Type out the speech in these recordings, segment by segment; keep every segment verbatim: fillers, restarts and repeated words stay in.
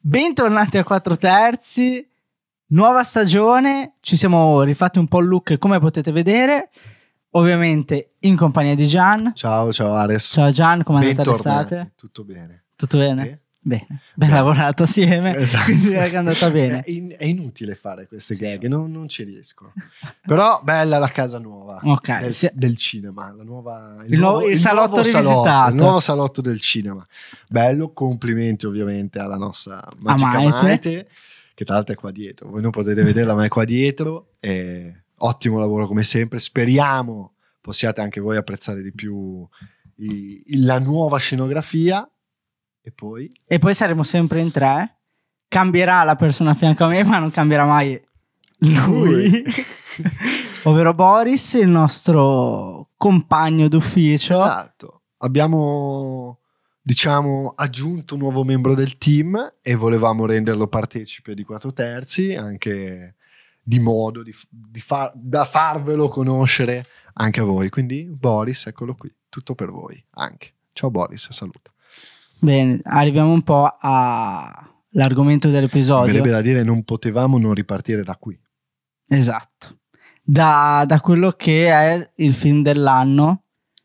Bentornati a quattro terzi, nuova stagione, ci siamo rifatti un po' il look come potete vedere, ovviamente in compagnia di Gian. Ciao, ciao Ares. Ciao Gian, come è andata Bentornati. l'estate? Tutto bene. Tutto bene? Te? Bene, ben lavorato assieme, Esatto. quindi direi che è andata bene. È, in- è inutile fare queste Sì. gag, non, non ci riesco. Però bella la casa nuova Ok, del, sì. del cinema, la nuova, Il nuovo- il salotto nuovo rivisitato. il nuovo salotto del cinema. Bello, complimenti ovviamente alla nostra magica Maite. Maite, che tra l'altro è qua dietro. Voi non potete vederla, ma è qua dietro. E ottimo lavoro come sempre. Speriamo possiate anche voi apprezzare di più i- la nuova scenografia. E poi? E poi saremo sempre in tre, cambierà la persona a fianco a me, ma non cambierà mai lui, ovvero Boris, il nostro compagno d'ufficio. Esatto. Abbiamo, diciamo, aggiunto un nuovo membro del team e volevamo renderlo partecipe di quattro terzi, anche di modo di, di far, da farvelo conoscere anche a voi. Quindi Boris, eccolo qui, tutto per voi anche. Ciao Boris, saluta. Bene, arriviamo un po' all'argomento dell'episodio. Verrebbe da dire non potevamo non ripartire da qui. Esatto. Da, da quello che è il film dell'anno,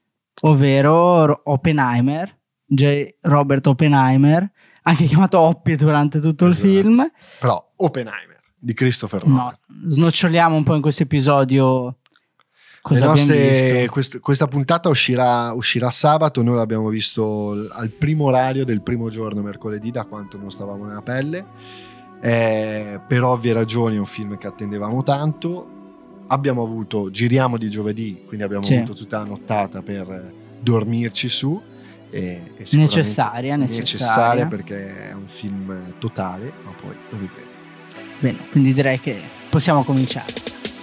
ovvero Oppenheimer, J. Robert Oppenheimer, anche chiamato Oppie durante tutto Esatto. il film. Però Oppenheimer di Christopher Nolan. No, snoccioliamo un po' in questo episodio cosa Le abbiamo nostre- visto. quest- questa puntata uscirà, uscirà sabato. Noi l'abbiamo visto l- al primo orario del primo giorno, mercoledì, da quanto non stavamo nella pelle. Eh, per ovvie ragioni è un film che attendevamo tanto. Abbiamo avuto, giriamo di giovedì, quindi abbiamo Sì. avuto tutta la nottata per dormirci su. E, e sicuramente Necessaria, necessaria. necessaria perché è un film totale, ma poi lo ripeto. Bene, quindi direi che possiamo cominciare.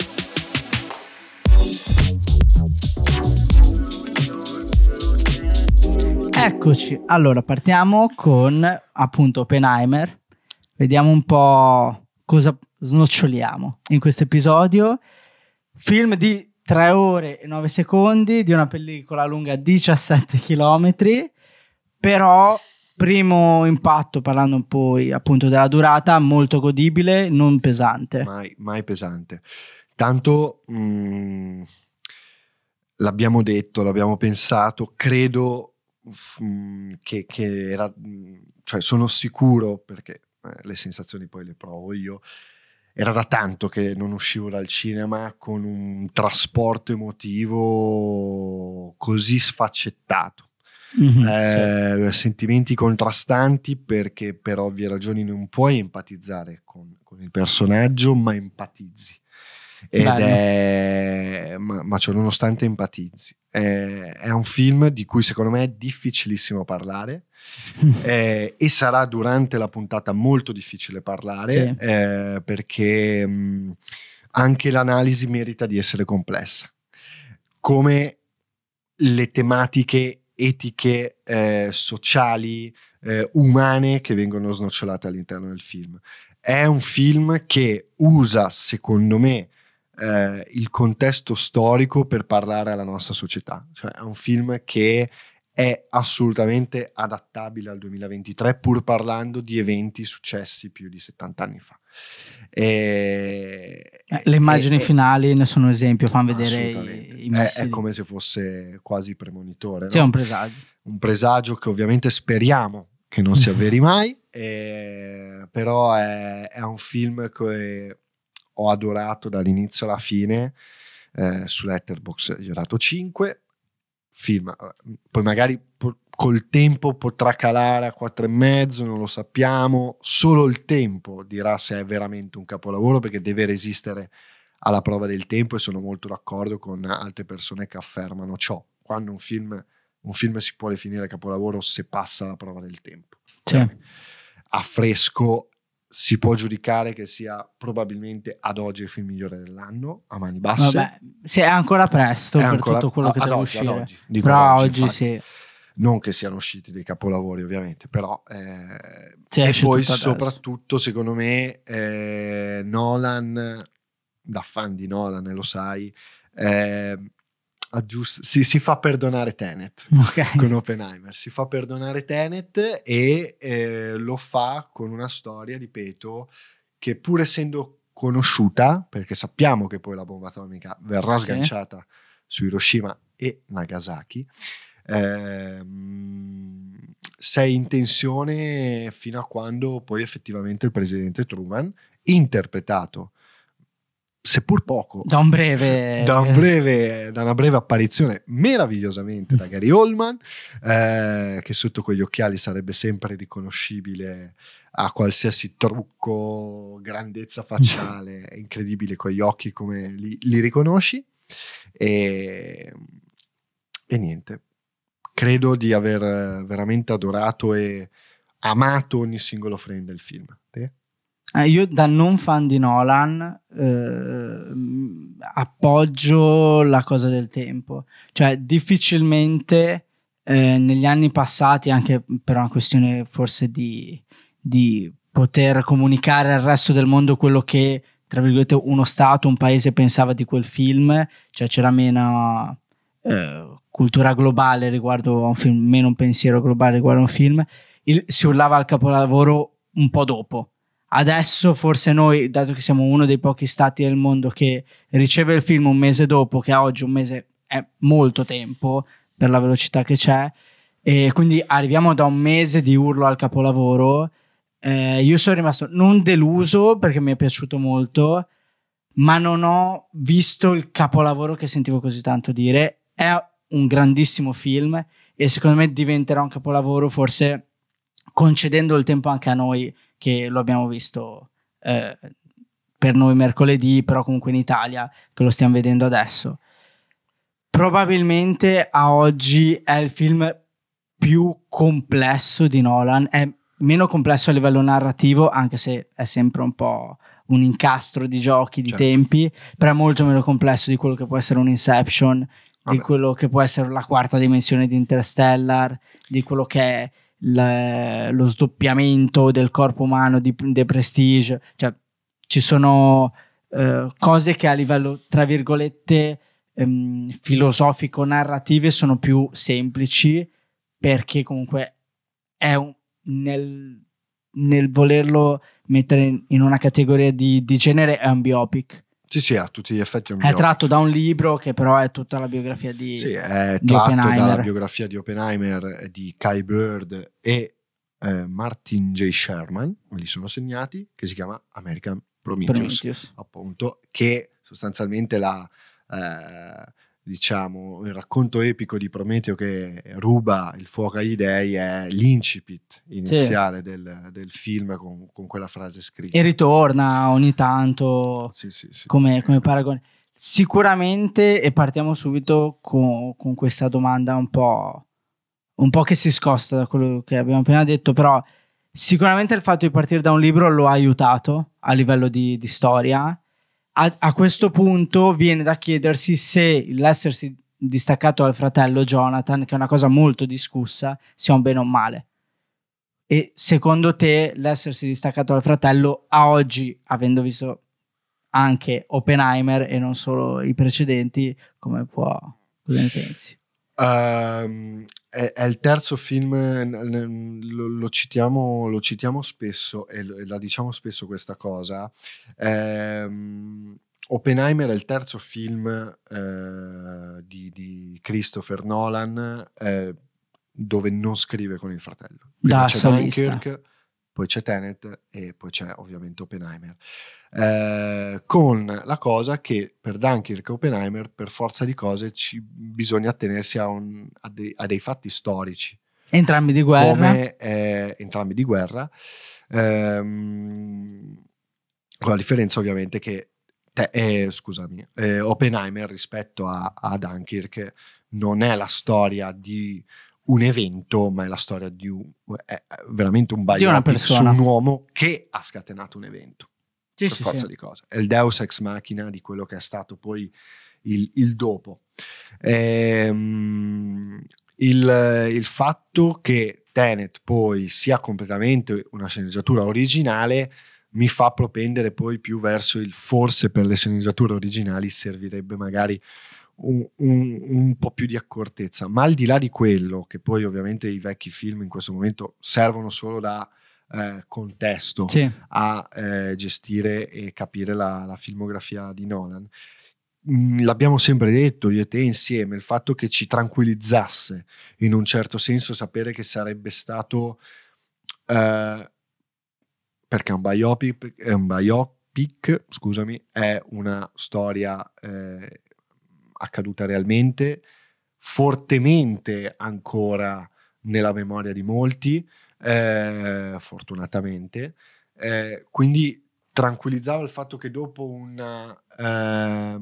Eccoci, allora partiamo con appunto Oppenheimer, vediamo un po' cosa snoccioliamo in questo episodio. Film di tre ore e nove secondi, di una pellicola lunga diciassette chilometri, però primo impatto, parlando poi appunto della durata, molto godibile, non pesante. Mai, mai pesante. Tanto mh, l'abbiamo detto, l'abbiamo pensato, credo mh, che, che era, mh, cioè sono sicuro perché eh, le sensazioni poi le provo io. Era da tanto che non uscivo dal cinema con un trasporto emotivo così sfaccettato. Mhm, Eh, sì. sentimenti contrastanti perché per ovvie ragioni non puoi empatizzare con, con il personaggio, ma empatizzi ed Bello. è ma, ma cioè, nonostante empatizzi è, è un film di cui secondo me è difficilissimo parlare eh, e sarà durante la puntata molto difficile parlare Sì. eh, perché mh, anche l'analisi merita di essere complessa, come le tematiche etiche, eh, sociali, eh, umane che vengono snocciolate all'interno del film. È un film che usa, secondo me, eh, il contesto storico per parlare alla nostra società. Cioè è un film che è assolutamente adattabile al duemilaventitré, pur parlando di eventi successi più di settanta anni fa. E, Eh, Le immagini e- finali ne sono esempio, fanno vedere assolutamente. i, i È, missili. è come se fosse quasi premonitore, Sì, no? è un presagio. Un presagio che ovviamente speriamo che non si avveri mai, eh, però è, è un film che ho adorato dall'inizio alla fine. Eh, su Letterboxd gli ho dato cinque. Film, poi magari po- col tempo potrà calare a quattro e mezzo, non lo sappiamo. Solo il tempo dirà se è veramente un capolavoro, perché deve resistere alla prova del tempo, e sono molto d'accordo con altre persone che affermano ciò. Quando un film, un film si può definire capolavoro se passa la prova del tempo. Sì. A fresco si può giudicare che sia probabilmente ad oggi il film migliore dell'anno, a mani basse. Vabbè, sì, è ancora presto È per ancora- tutto quello che ad deve oggi, ad uscire. oggi. Dico Però ad oggi, oggi infatti. sì. Non che siano usciti dei capolavori, ovviamente, però eh, Sì, e esce poi tutto adesso. soprattutto secondo me eh, Nolan, da fan di Nolan, lo sai, eh, aggiusta, si, si fa perdonare Tenet Okay. con Oppenheimer, si fa perdonare Tenet e eh, lo fa con una storia, ripeto, che pur essendo conosciuta, perché sappiamo che poi la bomba atomica verrà Sì. sganciata su Hiroshima e Nagasaki, ehm, sei in tensione fino a quando poi effettivamente il presidente Truman, interpretato seppur poco Da un breve... da, un breve, da una breve apparizione meravigliosamente da Gary Oldman, eh, che sotto quegli occhiali sarebbe sempre riconoscibile a qualsiasi trucco, grandezza facciale, è incredibile quegli occhi come li, li riconosci. E, e niente, credo di aver veramente adorato e amato ogni singolo frame del film. Te? Eh, io da non fan di Nolan eh, appoggio la cosa del tempo, cioè difficilmente eh, negli anni passati, anche per una questione forse di, di poter comunicare al resto del mondo quello che tra virgolette uno stato, un paese pensava di quel film, cioè c'era meno eh, cultura globale riguardo a un film, meno un pensiero globale riguardo a un film, il, si urlava al capolavoro un po' dopo. Adesso forse noi, dato che siamo uno dei pochi stati del mondo che riceve il film un mese dopo, che a oggi un mese è molto tempo per la velocità che c'è, e quindi arriviamo da un mese di urlo al capolavoro, eh, io sono rimasto non deluso perché mi è piaciuto molto, ma non ho visto il capolavoro che sentivo così tanto dire. È un grandissimo film e secondo me diventerà un capolavoro forse concedendo il tempo anche a noi che lo abbiamo visto eh, per noi mercoledì, però comunque in Italia che lo stiamo vedendo adesso. Probabilmente a oggi è il film più complesso di Nolan, è meno complesso a livello narrativo, anche se è sempre un po' un incastro di giochi, di Certo. tempi, però è molto meno complesso di quello che può essere un Inception, Vabbè. di quello che può essere la quarta dimensione di Interstellar, di quello che è Le, lo sdoppiamento del corpo umano di The Prestige, cioè ci sono eh, cose che a livello tra virgolette ehm, filosofico narrative sono più semplici perché comunque è un, nel, nel volerlo mettere in una categoria di, di genere è un biopic. Sì, sì, a tutti gli effetti è un È biopic. tratto da un libro che però è tutta la biografia di, sì, è di tratto Oppenheimer. dalla biografia di Oppenheimer di Kai Bird e eh, Martin J. Sherman, me li sono segnati, che si chiama American Prometheus, Prometheus. appunto, che sostanzialmente la eh, diciamo il racconto epico di Prometeo che ruba il fuoco agli dei è l'incipit iniziale sì. del, del film con, con quella frase scritta e ritorna ogni tanto sì, sì, sì. come, come paragone. Sicuramente, e partiamo subito con, con questa domanda un po', un po' che si scosta da quello che abbiamo appena detto, però sicuramente il fatto di partire da un libro lo ha aiutato a livello di, di storia. A, a questo punto viene da chiedersi se l'essersi distaccato dal fratello Jonathan, che è una cosa molto discussa, sia un bene o un male. E secondo te l'essersi distaccato dal fratello a oggi, avendo visto anche Oppenheimer e non solo i precedenti, come può, cosa ne pensi? Um, è, è il terzo film, lo, lo, citiamo, lo citiamo spesso e, lo, e la diciamo spesso questa cosa. Um, Oppenheimer è il terzo film uh, di, di Christopher Nolan uh, dove non scrive con il fratello. Prima da c'è solista. Dunkirk, poi c'è Tenet e poi c'è ovviamente Oppenheimer. Eh, con la cosa che per Dunkirk e Oppenheimer per forza di cose ci bisogna attenersi a, un, a, dei, a dei fatti storici. Entrambi di guerra. Come eh, entrambi di guerra. Ehm, con la differenza ovviamente che te, eh, scusami, eh, Oppenheimer rispetto a, a Dunkirk non è la storia di un evento, ma è la storia di un, è veramente un biopic su un uomo che ha scatenato un evento. Sì, per sì, forza sì. di cose. È il deus ex machina di quello che è stato poi il, il dopo. Ehm, il, il fatto che Tenet poi sia completamente una sceneggiatura originale mi fa propendere poi più verso il forse per le sceneggiature originali servirebbe magari un, un, un po' più di accortezza, ma al di là di quello, che poi ovviamente i vecchi film in questo momento servono solo da eh, contesto sì. a eh, gestire e capire la, la filmografia di Nolan. Mm, l'abbiamo sempre detto io e te insieme, il fatto che ci tranquillizzasse in un certo senso sapere che sarebbe stato eh, perché un biopic è un biopic, scusami, è una storia eh, accaduta realmente, fortemente ancora nella memoria di molti, eh, fortunatamente, eh, quindi tranquillizzava il fatto che dopo una eh,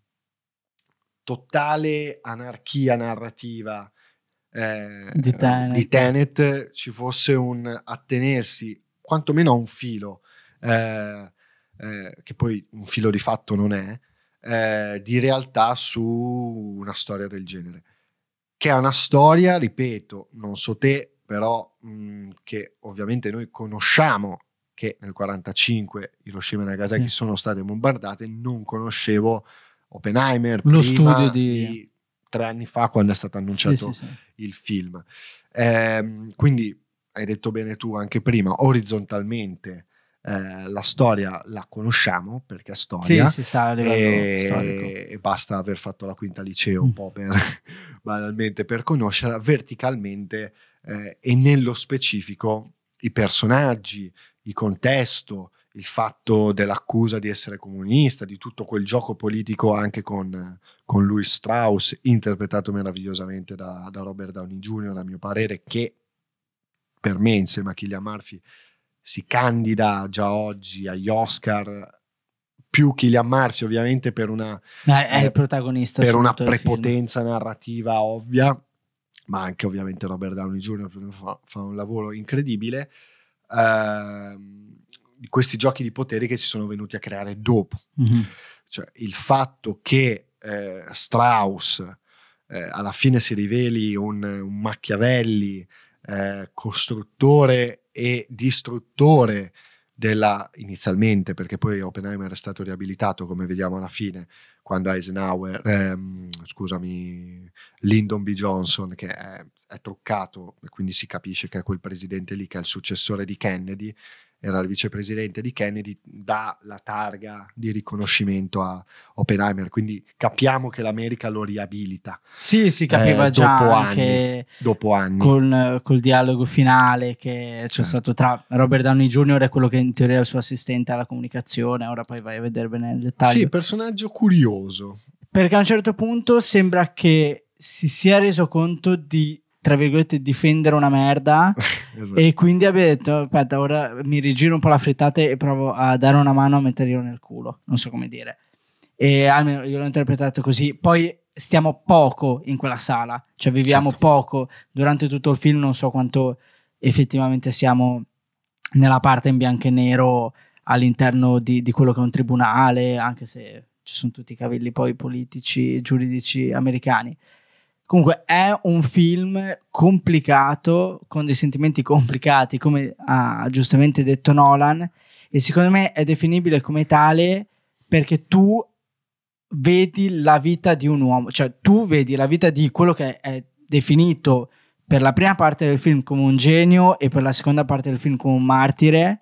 totale anarchia narrativa eh, Di Tenet. di Tenet ci fosse un attenersi quantomeno a un filo eh, eh, che poi un filo di fatto non è eh, di realtà su una storia del genere, che è una storia, ripeto, non so te, però mh, che ovviamente noi conosciamo, che nel quarantacinque Hiroshima e Nagasaki Sì. sono state bombardate. Non conoscevo Oppenheimer Lo prima studio di... di tre anni fa, quando è stato annunciato sì, sì, sì. il film. Eh, quindi hai detto bene tu anche prima, orizzontalmente eh, la storia la conosciamo perché è storia, Sì, si sta a livello storico. e, e basta aver fatto la quinta liceo Mm. un po' per banalmente per conoscerla verticalmente eh, e nello specifico i personaggi, il contesto, il fatto dell'accusa di essere comunista, di tutto quel gioco politico anche con, con Louis Strauss, interpretato meravigliosamente da, da Robert Downey junior, a mio parere, che per me insieme a Cillian Murphy si candida già oggi agli Oscar, più Cillian Murphy ovviamente per una, Beh, è eh, il protagonista per una assoluto del film. prepotenza narrativa ovvia, ma anche ovviamente Robert Downey junior fa, fa un lavoro incredibile. Uh, di questi giochi di potere che si sono venuti a creare dopo, Mm-hmm. cioè il fatto che eh, Strauss eh, alla fine si riveli un, un Machiavelli eh, costruttore e distruttore della, inizialmente, perché poi Oppenheimer è stato riabilitato come vediamo alla fine quando Eisenhower ehm, scusami Lyndon B. Johnson, che è, è truccato e quindi si capisce che è quel presidente lì che è il successore di Kennedy, era il vicepresidente di Kennedy, dà la targa di riconoscimento a Oppenheimer, quindi capiamo che l'America lo riabilita. Sì, si capiva eh, già dopo anche anni, dopo anni. Col, col dialogo finale che c'è Certo. stato tra Robert Downey junior e quello che in teoria è il suo assistente alla comunicazione. Ora poi vai a vedere bene nel dettaglio. Sì, personaggio curioso. Perché a un certo punto sembra che si sia reso conto di, tra virgolette, difendere una merda. Esatto. E quindi abbia detto aspetta, ora mi rigiro un po' la frittata e provo a dare una mano a metterglielo nel culo, non so come dire, e almeno io l'ho interpretato così. Poi stiamo poco in quella sala, cioè viviamo certo. poco durante tutto il film, non so quanto effettivamente siamo nella parte in bianco e nero all'interno di, di quello che è un tribunale, anche se ci sono tutti i cavilli poi politici, giuridici americani. Comunque è un film complicato, con dei sentimenti complicati, come ha giustamente detto Nolan, e secondo me è definibile come tale perché tu vedi la vita di un uomo, cioè tu vedi la vita di quello che è definito per la prima parte del film come un genio e per la seconda parte del film come un martire,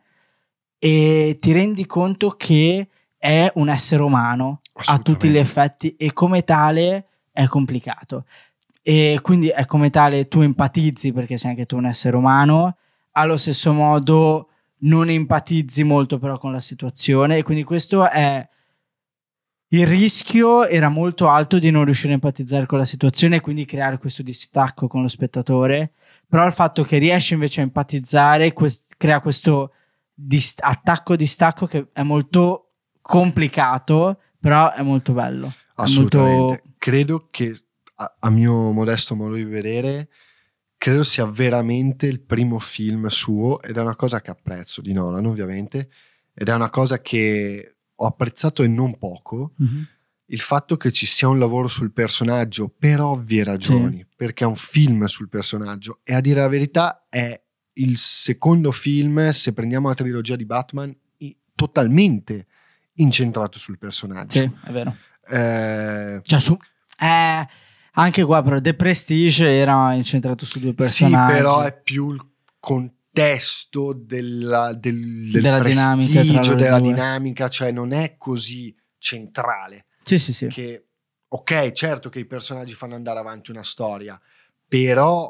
e ti rendi conto che è un essere umano a tutti gli effetti e come tale è complicato. E quindi è come tale tu empatizzi perché sei anche tu un essere umano, allo stesso modo non empatizzi molto però con la situazione, e quindi questo è il rischio, era molto alto di non riuscire a empatizzare con la situazione e quindi creare questo distacco con lo spettatore, però il fatto che riesci invece a empatizzare quest- crea questo dist- attacco distacco che è molto complicato, però è molto bello. Assolutamente. Molto... credo che a, a mio modesto modo di vedere, credo sia veramente il primo film suo, ed è una cosa che apprezzo di Nolan ovviamente, ed è una cosa che ho apprezzato e non poco, mm-hmm. il fatto che ci sia un lavoro sul personaggio per ovvie ragioni, sì. perché è un film sul personaggio, e a dire la verità è il secondo film, se prendiamo la trilogia di Batman, totalmente incentrato sul personaggio. Sì, è vero. Eh, cioè su Eh, anche qua però The Prestige era incentrato su due personaggi. Sì, però è più il contesto della, del, del della dinamica, prestigio, della due. dinamica, cioè non è così centrale. Sì, sì, sì. Che, ok, certo che i personaggi fanno andare avanti una storia, però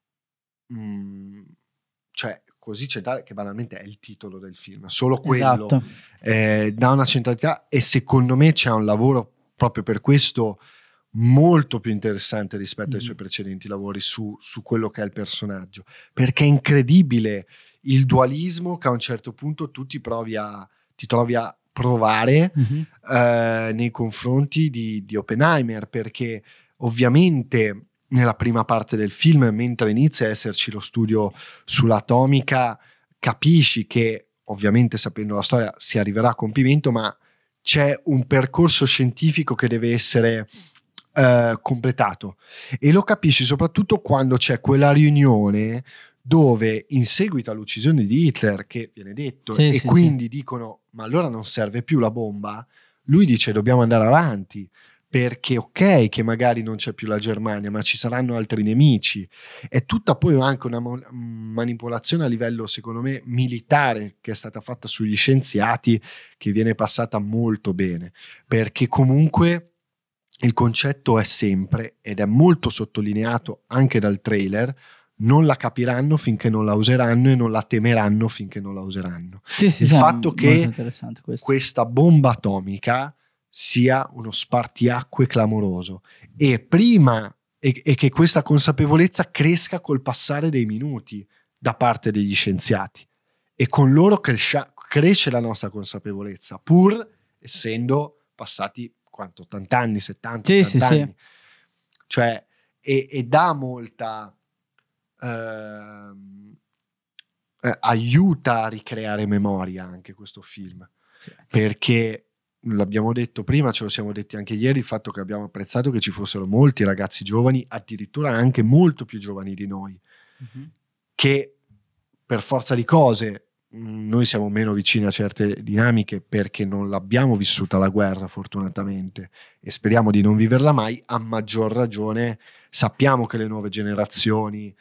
mh, cioè così centrale che banalmente è il titolo del film, solo quello Esatto. eh, dà una centralità, e secondo me c'è un lavoro proprio per questo molto più interessante rispetto mm-hmm. ai suoi precedenti lavori su, su quello che è il personaggio, perché è incredibile il dualismo che a un certo punto tu ti provi a ti trovi a provare mm-hmm. eh, nei confronti di, di Oppenheimer, perché ovviamente nella prima parte del film, mentre inizia a esserci lo studio sull'atomica, capisci che ovviamente, sapendo la storia, si arriverà a compimento, ma c'è un percorso scientifico che deve essere eh, completato, e lo capisci soprattutto quando c'è quella riunione dove, in seguito all'uccisione di Hitler, che viene detto, sì, e sì, quindi sì. dicono ma allora non serve più la bomba, lui dice dobbiamo andare avanti, perché ok che magari non c'è più la Germania, ma ci saranno altri nemici. È tutta poi anche una mo- manipolazione a livello, secondo me, militare, che è stata fatta sugli scienziati, che viene passata molto bene, perché comunque il concetto è sempre, ed è molto sottolineato anche dal trailer, non la capiranno finché non la useranno e non la temeranno finché non la useranno. Sì, sì, il sì, fatto che questa bomba atomica sia uno spartiacque clamoroso, e prima e, e che questa consapevolezza cresca col passare dei minuti da parte degli scienziati, e con loro crescia, cresce la nostra consapevolezza, pur essendo passati quanto ottanta anni, settanta, sì, ottanta sì, anni, sì. Cioè e, e dà molta eh, eh, aiuta a ricreare memoria anche questo film, sì. Perché l'abbiamo detto prima, ce lo siamo detti anche ieri, il fatto che abbiamo apprezzato che ci fossero molti ragazzi giovani, addirittura anche molto più giovani di noi, mm-hmm. che per forza di cose mh, noi siamo meno vicini a certe dinamiche perché non l'abbiamo vissuta la guerra, fortunatamente, e speriamo di non viverla mai. A maggior ragione sappiamo che le nuove generazioni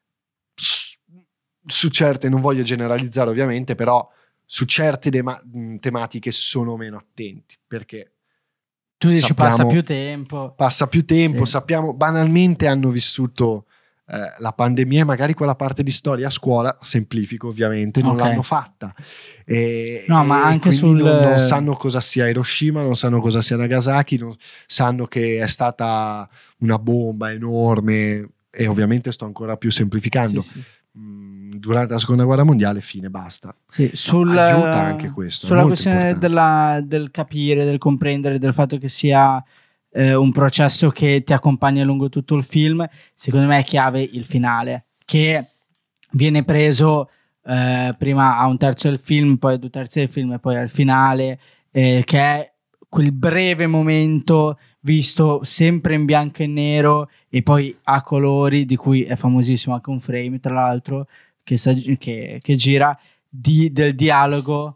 su, su certe, non voglio generalizzare ovviamente, però su certe dema- tematiche sono meno attenti, perché tu dici sappiamo, passa più tempo passa più tempo, sì. sappiamo, banalmente hanno vissuto eh, la pandemia, e magari quella parte di storia a scuola, semplifico ovviamente, non okay. l'hanno fatta, e, no, e ma anche quindi sul... non, non sanno cosa sia Hiroshima, non sanno cosa sia Nagasaki, non sanno che è stata una bomba enorme, e ovviamente sto ancora più semplificando, sì, sì. durante la seconda guerra mondiale, fine, basta. Sì, sul, aiuta anche questo, sulla questione della, del capire, del comprendere, del fatto che sia eh, un processo che ti accompagna lungo tutto il film, secondo me è chiave il finale, che viene preso eh, prima a un terzo del film, poi a due terzi del film e poi al finale, eh, che è quel breve momento visto sempre in bianco e nero e poi a colori, di cui è famosissimo anche un frame tra l'altro che, che, che gira, di, del dialogo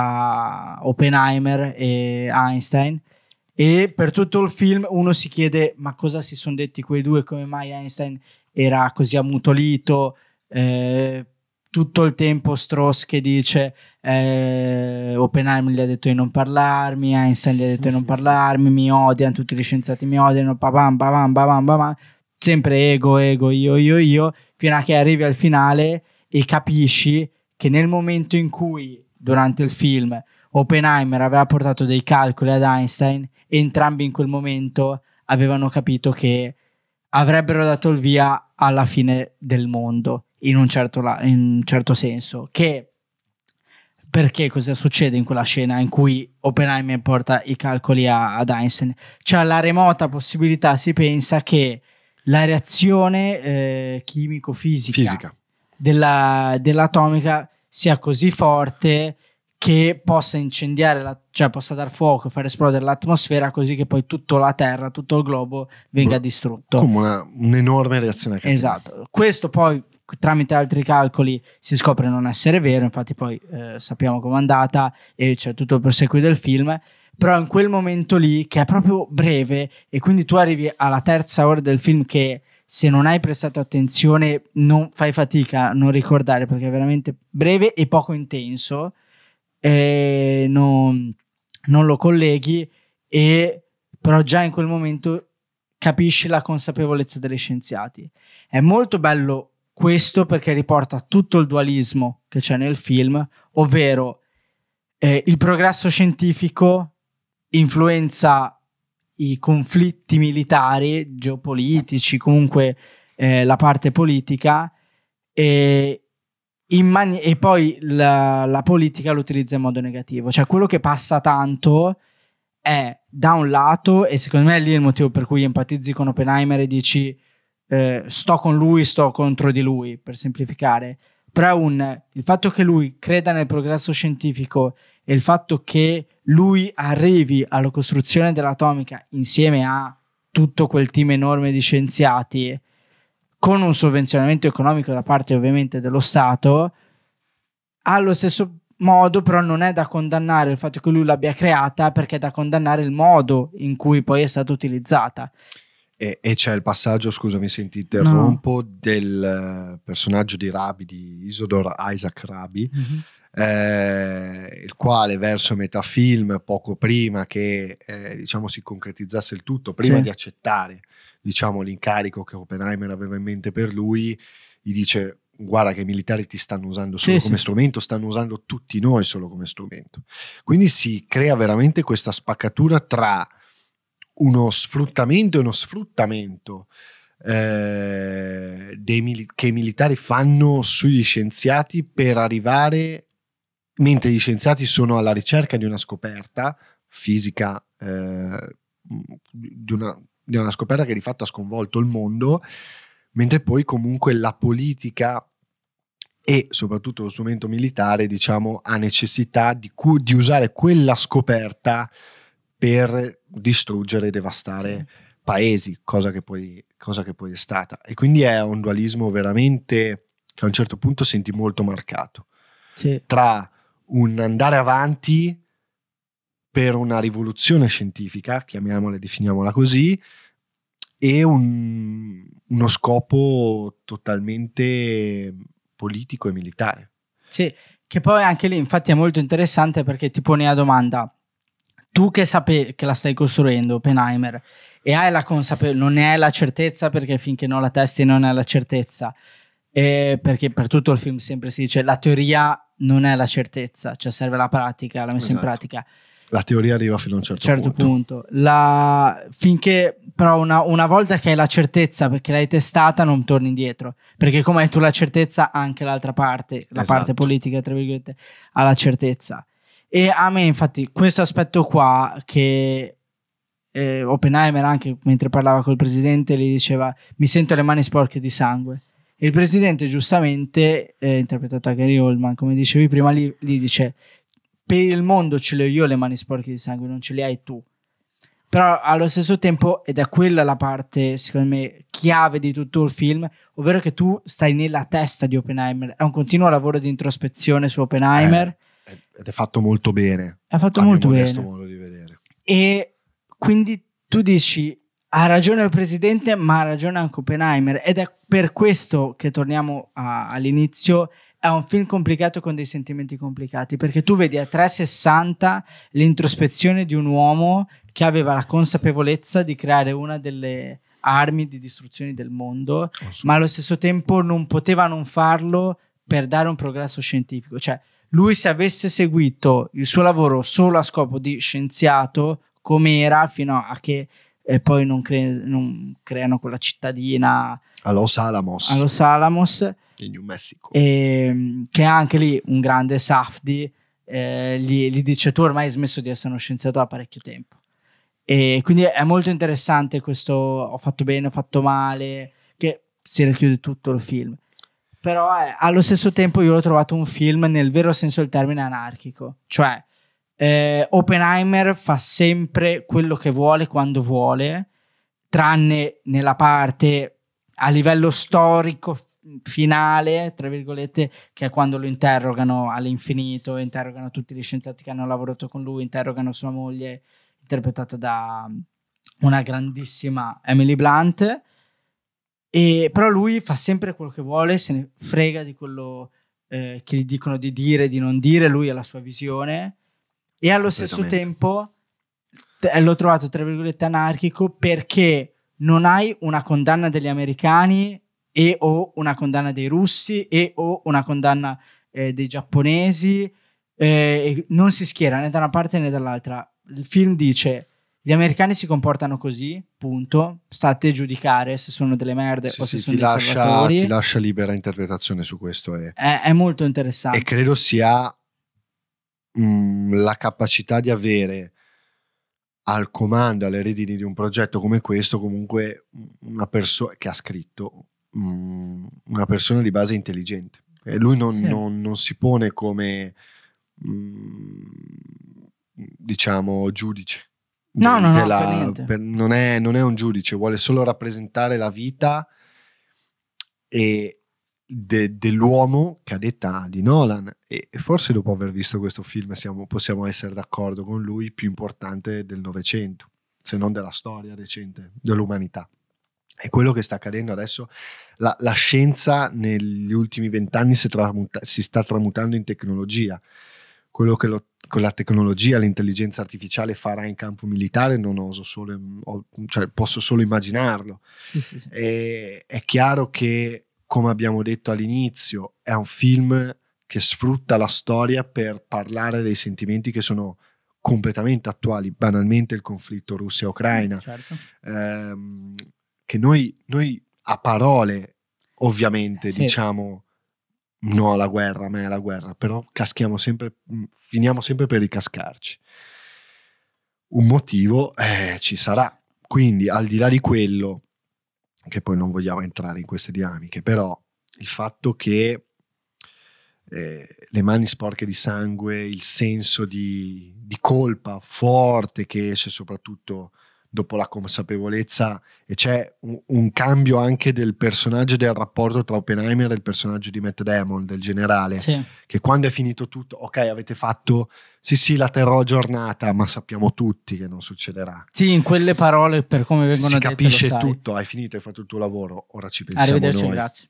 tra Oppenheimer e Einstein, e per tutto il film uno si chiede ma cosa si sono detti quei due, come mai Einstein era così ammutolito, eh, tutto il tempo Strauss che dice eh, Oppenheimer gli ha detto di non parlarmi, Einstein gli ha detto di non parlarmi, mi odiano, tutti gli scienziati mi odiano, papam, papam, papam, papam, sempre ego, ego, io, io, io, fino a che arrivi al finale e capisci che nel momento in cui durante il film Oppenheimer aveva portato dei calcoli ad Einstein, entrambi in quel momento avevano capito che avrebbero dato il via alla fine del mondo, in un certo, in un certo senso. Che perché cosa succede in quella scena in cui Oppenheimer porta i calcoli a, ad Einstein? C'è la remota possibilità, si pensa, che la reazione eh, chimico-fisica Fisica. Della, dell'atomica sia così forte che possa incendiare, la, cioè possa dar fuoco, far esplodere l'atmosfera, così che poi tutta la Terra, tutto il globo venga distrutto. Come una, un'enorme reazione a catena. Esatto. Questo poi tramite altri calcoli si scopre non essere vero, infatti poi eh, sappiamo com'è andata e c'è tutto il proseguo del film, però in quel momento lì, che è proprio breve, e quindi tu arrivi alla terza ora del film che se non hai prestato attenzione non fai fatica a non ricordare, perché è veramente breve e poco intenso, e non, non lo colleghi, e però già in quel momento capisci la consapevolezza degli scienziati. È molto bello questo perché riporta tutto il dualismo che c'è nel film, ovvero eh, il progresso scientifico influenza i conflitti militari, geopolitici, comunque eh, la parte politica, e, in mani- e poi la, la politica lo utilizza in modo negativo. Cioè quello che passa tanto è, da un lato, e secondo me è lì il motivo per cui empatizzi con Oppenheimer e dici eh, sto con lui, sto contro di lui, per semplificare, però è un, il fatto che lui creda nel progresso scientifico e il fatto che lui arrivi alla costruzione dell'atomica insieme a tutto quel team enorme di scienziati, con un sovvenzionamento economico da parte ovviamente dello Stato, allo stesso modo però non è da condannare il fatto che lui l'abbia creata, perché è da condannare il modo in cui poi è stata utilizzata. E, e c'è il passaggio, scusami se ti interrompo, no. del personaggio di Rabi, di Isidore Isaac Rabi, mm-hmm. eh, il quale verso metà film, poco prima che eh, diciamo si concretizzasse il tutto, prima sì. di accettare diciamo l'incarico che Oppenheimer aveva in mente per lui, gli dice: guarda che i militari ti stanno usando solo sì, come sì. strumento, stanno usando tutti noi solo come strumento. Quindi si crea veramente questa spaccatura tra uno sfruttamento e uno sfruttamento eh, dei mili- che i militari fanno sugli scienziati per arrivare, mentre gli scienziati sono alla ricerca di una scoperta fisica, eh, di, una, di una scoperta che di fatto ha sconvolto il mondo, mentre poi comunque la politica e soprattutto lo strumento militare, diciamo, ha necessità di, cu- di usare quella scoperta per distruggere e devastare sì. paesi, cosa che, poi, cosa che poi è stata. E quindi è un dualismo veramente che a un certo punto senti molto marcato sì. tra un andare avanti per una rivoluzione scientifica, chiamiamola, definiamola così, e un, uno scopo totalmente politico e militare. Sì, che poi anche lì infatti è molto interessante, perché ti poni la domanda: tu che sapevi che la stai costruendo, Oppenheimer, e hai la consapevolezza, non ne hai la certezza, perché finché non la testi non hai la certezza, e perché per tutto il film sempre si dice la teoria non è la certezza, cioè serve la pratica, la messa esatto. in pratica. La teoria arriva fino a un certo, certo punto, punto. La... finché però una, una volta che hai la certezza, perché l'hai testata, non torni indietro, perché come hai tu la certezza, anche l'altra parte, la esatto. parte politica tra virgolette, ha la certezza. E a me infatti questo aspetto qua, che eh, Oppenheimer anche mentre parlava col presidente gli diceva: mi sento le mani sporche di sangue, e il presidente giustamente, eh, interpretato da Gary Oldman come dicevi prima, gli, gli dice: per il mondo ce le ho io le mani sporche di sangue, non ce le hai tu. Però allo stesso tempo, ed è quella la parte secondo me chiave di tutto il film, ovvero che tu stai nella testa di Oppenheimer, è un continuo lavoro di introspezione su Oppenheimer, eh, ed è fatto molto bene, è fatto molto bene, modo di vedere. E quindi tu dici: ha ragione il presidente, ma ha ragione anche Oppenheimer, ed è per questo che torniamo a, all'inizio. È un film complicato con dei sentimenti complicati, perché tu vedi a trecentosessanta l'introspezione di un uomo che aveva la consapevolezza di creare una delle armi di distruzione del mondo, oh, ma allo stesso tempo non poteva non farlo per dare un progresso scientifico. Cioè, lui, se avesse seguito il suo lavoro solo a scopo di scienziato, come era fino a che eh, poi non, cre- non creano quella cittadina a Los Alamos, a Los Alamos in New Mexico, e, che anche lì un grande Safdie eh, gli, gli dice: tu ormai hai smesso di essere uno scienziato da parecchio tempo. E quindi è molto interessante questo ho fatto bene, ho fatto male, che si racchiude tutto il film. Però eh, allo stesso tempo io l'ho trovato un film nel vero senso del termine anarchico, cioè eh, Oppenheimer fa sempre quello che vuole quando vuole, tranne nella parte a livello storico finale, tra virgolette, che è quando lo interrogano all'infinito, interrogano tutti gli scienziati che hanno lavorato con lui, interrogano sua moglie, interpretata da una grandissima Emily Blunt, e però lui fa sempre quello che vuole, se ne frega di quello eh, che gli dicono di dire, di non dire, lui ha la sua visione, e allo stesso tempo t- l'ho trovato tra virgolette anarchico, perché non hai una condanna degli americani e o una condanna dei russi e o una condanna eh, dei giapponesi, eh, non si schiera né da una parte né dall'altra. Il film dice: gli americani si comportano così, punto, state a giudicare se sono delle merde sì, o se sì, sono ti dei lascia, salvatori. ti lascia libera interpretazione su questo, e, è, è molto interessante, e credo sia mh, la capacità di avere al comando, alle redini di un progetto come questo, comunque una persona che ha scritto, mh, una persona di base intelligente, e lui non, sì. non, non si pone come mh, diciamo giudice. No, del- no, no, della- per niente. per- non, è, non è un giudice, vuole solo rappresentare la vita e de- dell'uomo che ha d'età di Nolan, e, e forse dopo aver visto questo film siamo, possiamo essere d'accordo con lui, più importante del Novecento, se non della storia recente dell'umanità. E quello che sta accadendo adesso, la, la scienza negli ultimi vent'anni si, tramuta, si sta tramutando in tecnologia. Quello che lo, con la tecnologia, l'intelligenza artificiale farà in campo militare non oso solo, cioè posso solo immaginarlo. Sì, sì, sì. E è chiaro che, come abbiamo detto all'inizio, è un film che sfrutta la storia per parlare dei sentimenti che sono completamente attuali, banalmente il conflitto Russia-Ucraina, certo. ehm, che noi, noi a parole ovviamente sì. diciamo no alla guerra, a me è la guerra, però caschiamo sempre, finiamo sempre per ricascarci. Un motivo eh, ci sarà, quindi al di là di quello, che poi non vogliamo entrare in queste dinamiche, però il fatto che eh, le mani sporche di sangue, il senso di, di colpa forte che esce soprattutto dopo la consapevolezza, e c'è un, un cambio anche del personaggio, del rapporto tra Oppenheimer e il personaggio di Matt Damon, del generale, sì. che quando è finito tutto, ok, avete fatto sì sì la terrò giornata, ma sappiamo tutti che non succederà. Sì, in quelle parole, per come vengono si dette, capisce lo sai. tutto, hai finito, hai fatto il tuo lavoro, ora ci pensiamo Arrivederci, noi. grazie.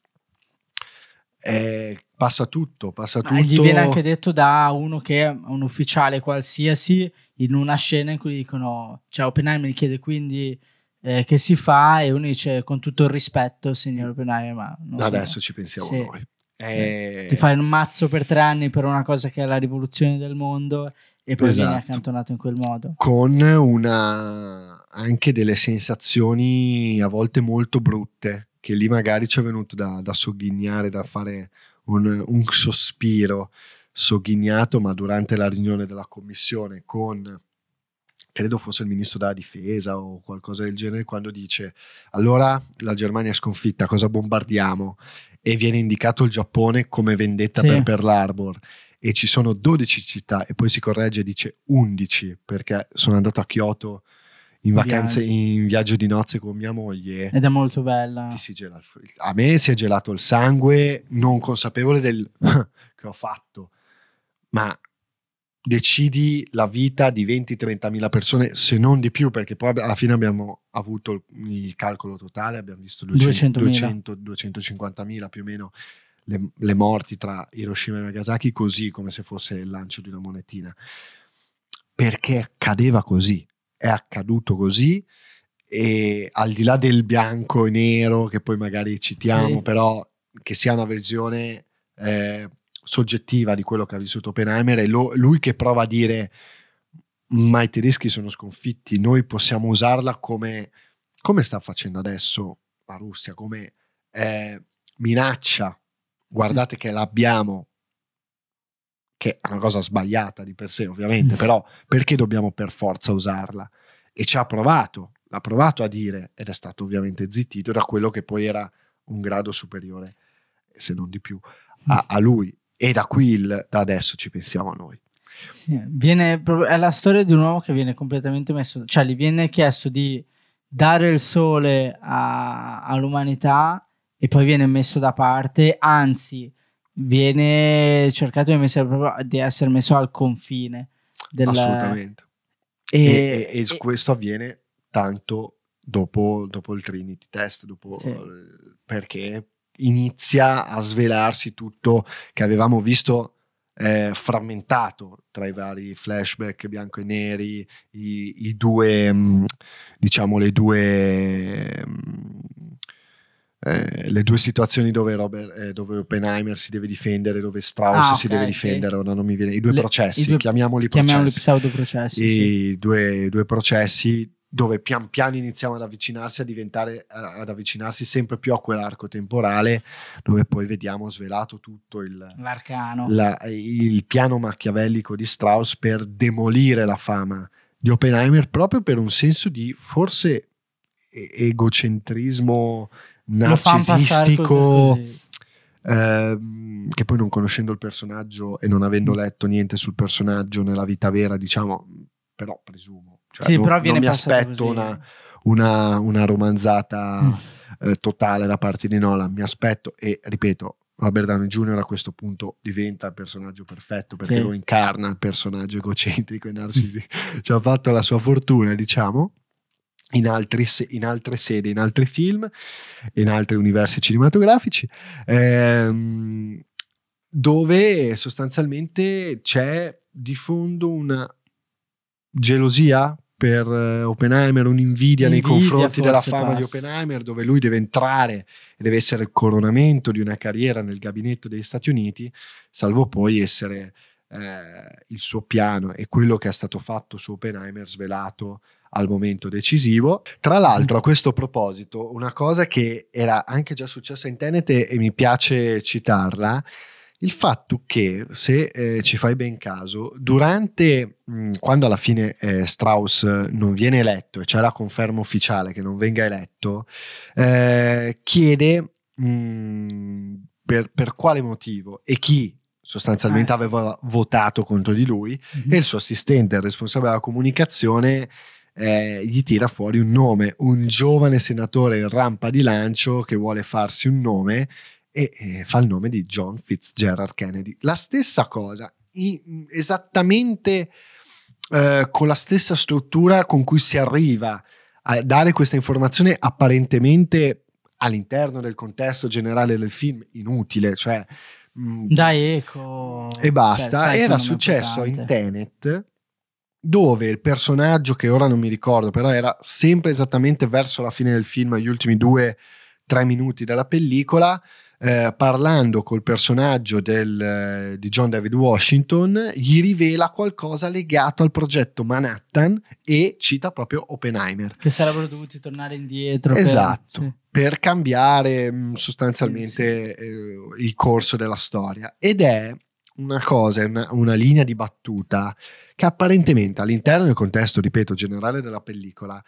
Eh, passa tutto, passa Ma tutto. gli viene anche detto da uno che è un ufficiale qualsiasi, in una scena in cui dicono, cioè Oppenheimer gli chiede quindi eh, che si fa, e uno dice: con tutto il rispetto signor Oppenheimer, ma non adesso so. ci pensiamo sì. noi. Eh... Ti fai un mazzo per tre anni per una cosa che è la rivoluzione del mondo, e poi esatto. viene accantonato in quel modo, con una anche delle sensazioni a volte molto brutte, che lì magari ci è venuto da, da sogghignare, da fare un, un sospiro sogghignato, ma durante la riunione della commissione con, credo fosse il ministro della difesa o qualcosa del genere, quando dice: allora la Germania è sconfitta, cosa bombardiamo? E viene indicato il Giappone come vendetta sì. per Pearl Harbor, e ci sono dodici città, e poi si corregge e dice undici, perché sono andato a Kyoto in vacanze, Viaggio. in viaggio di nozze con mia moglie, ed è molto bella. ti si gela, a me si è gelato il sangue, non consapevole del che ho fatto, ma decidi la vita di venti trentamila persone, se non di più, perché poi alla fine abbiamo avuto il calcolo totale, abbiamo visto duecento duecentocinquantamila più o meno le, le morti tra Hiroshima e Nagasaki, così come se fosse il lancio di una monetina, perché cadeva così, è accaduto così, e al di là del bianco e nero che poi magari citiamo, sì. però che sia una versione eh, soggettiva di quello che ha vissuto Oppenheimer, e lo, lui che prova a dire: ma i tedeschi sono sconfitti, noi possiamo usarla come, come sta facendo adesso la Russia, come eh, minaccia, guardate sì. che l'abbiamo, che è una cosa sbagliata di per sé ovviamente, mm. però perché dobbiamo per forza usarla? E ci ha provato, l'ha provato a dire, ed è stato ovviamente zittito da quello che poi era un grado superiore, se non di più, a, a lui. E da qui il, da adesso ci pensiamo a noi. Sì, viene, è la storia di un uomo che viene completamente messo, cioè gli viene chiesto di dare il sole a, all'umanità, e poi viene messo da parte, anzi viene cercato di, essere proprio, di essere messo al confine del... assolutamente. e, e, e, e e questo avviene tanto dopo, dopo il Trinity Test, dopo, sì. perché inizia a svelarsi tutto che avevamo visto eh, frammentato tra i vari flashback bianco e neri, i, i due mh, diciamo le due mh, eh, le due situazioni dove, Robert, eh, dove Oppenheimer si deve difendere, dove Strauss ah, si okay, deve difendere, sì. ora non mi viene, i due Le, processi, i due, chiamiamoli, chiamiamoli processi, pseudo processi, i sì. due, due processi dove pian piano iniziamo ad avvicinarsi a diventare ad avvicinarsi sempre più a quell'arco temporale dove poi vediamo svelato tutto il, l'arcano, la, il piano machiavellico di Strauss per demolire la fama di Oppenheimer, proprio per un senso di forse egocentrismo narcisistico, ehm, che poi, non conoscendo il personaggio e non avendo letto niente sul personaggio nella vita vera, diciamo, però presumo, cioè, sì, non, però viene non mi passato aspetto così. una, una, una romanzata Mm. eh, totale da parte di Nolan, mi aspetto, e ripeto, Robert Downey junior a questo punto diventa il personaggio perfetto perché Sì. lo incarna, il personaggio egocentrico e narcisistico, ci ha fatto la sua fortuna, diciamo, in, altri, in altre sedi, in altri film, in altri universi cinematografici, ehm, dove sostanzialmente c'è di fondo una gelosia per Oppenheimer, un'invidia nei confronti della fama passa. di Oppenheimer, dove lui deve entrare e deve essere il coronamento di una carriera nel gabinetto degli Stati Uniti, salvo poi essere eh, il suo piano e quello che è stato fatto su Oppenheimer svelato al momento decisivo. Tra l'altro, a questo proposito, una cosa che era anche già successa in Tenet e, e mi piace citarla, il fatto che, se eh, ci fai ben caso, durante mh, quando alla fine eh, Strauss non viene eletto e c'è la conferma ufficiale che non venga eletto, eh, chiede mh, per, per quale motivo e chi sostanzialmente Ah, sì. aveva votato contro di lui, Mm-hmm. e il suo assistente, il responsabile della comunicazione, eh, gli tira fuori un nome, un giovane senatore in rampa di lancio che vuole farsi un nome, e eh, fa il nome di John Fitzgerald Kennedy. La stessa cosa, in, esattamente eh, con la stessa struttura con cui si arriva a dare questa informazione apparentemente all'interno del contesto generale del film inutile, cioè mh, dai eco e basta. cioè, era successo in Tenet, dove il personaggio, che ora non mi ricordo, però era sempre esattamente verso la fine del film, gli ultimi due tre minuti della pellicola, eh, parlando col personaggio del, eh, di John David Washington, gli rivela qualcosa legato al progetto Manhattan e cita proprio Oppenheimer, che sarebbero dovuti tornare indietro, esatto, per, sì. per cambiare mh, sostanzialmente sì, sì. Eh, il corso della storia, ed è una cosa, una, una linea di battuta che apparentemente all'interno del contesto, ripeto, generale della pellicola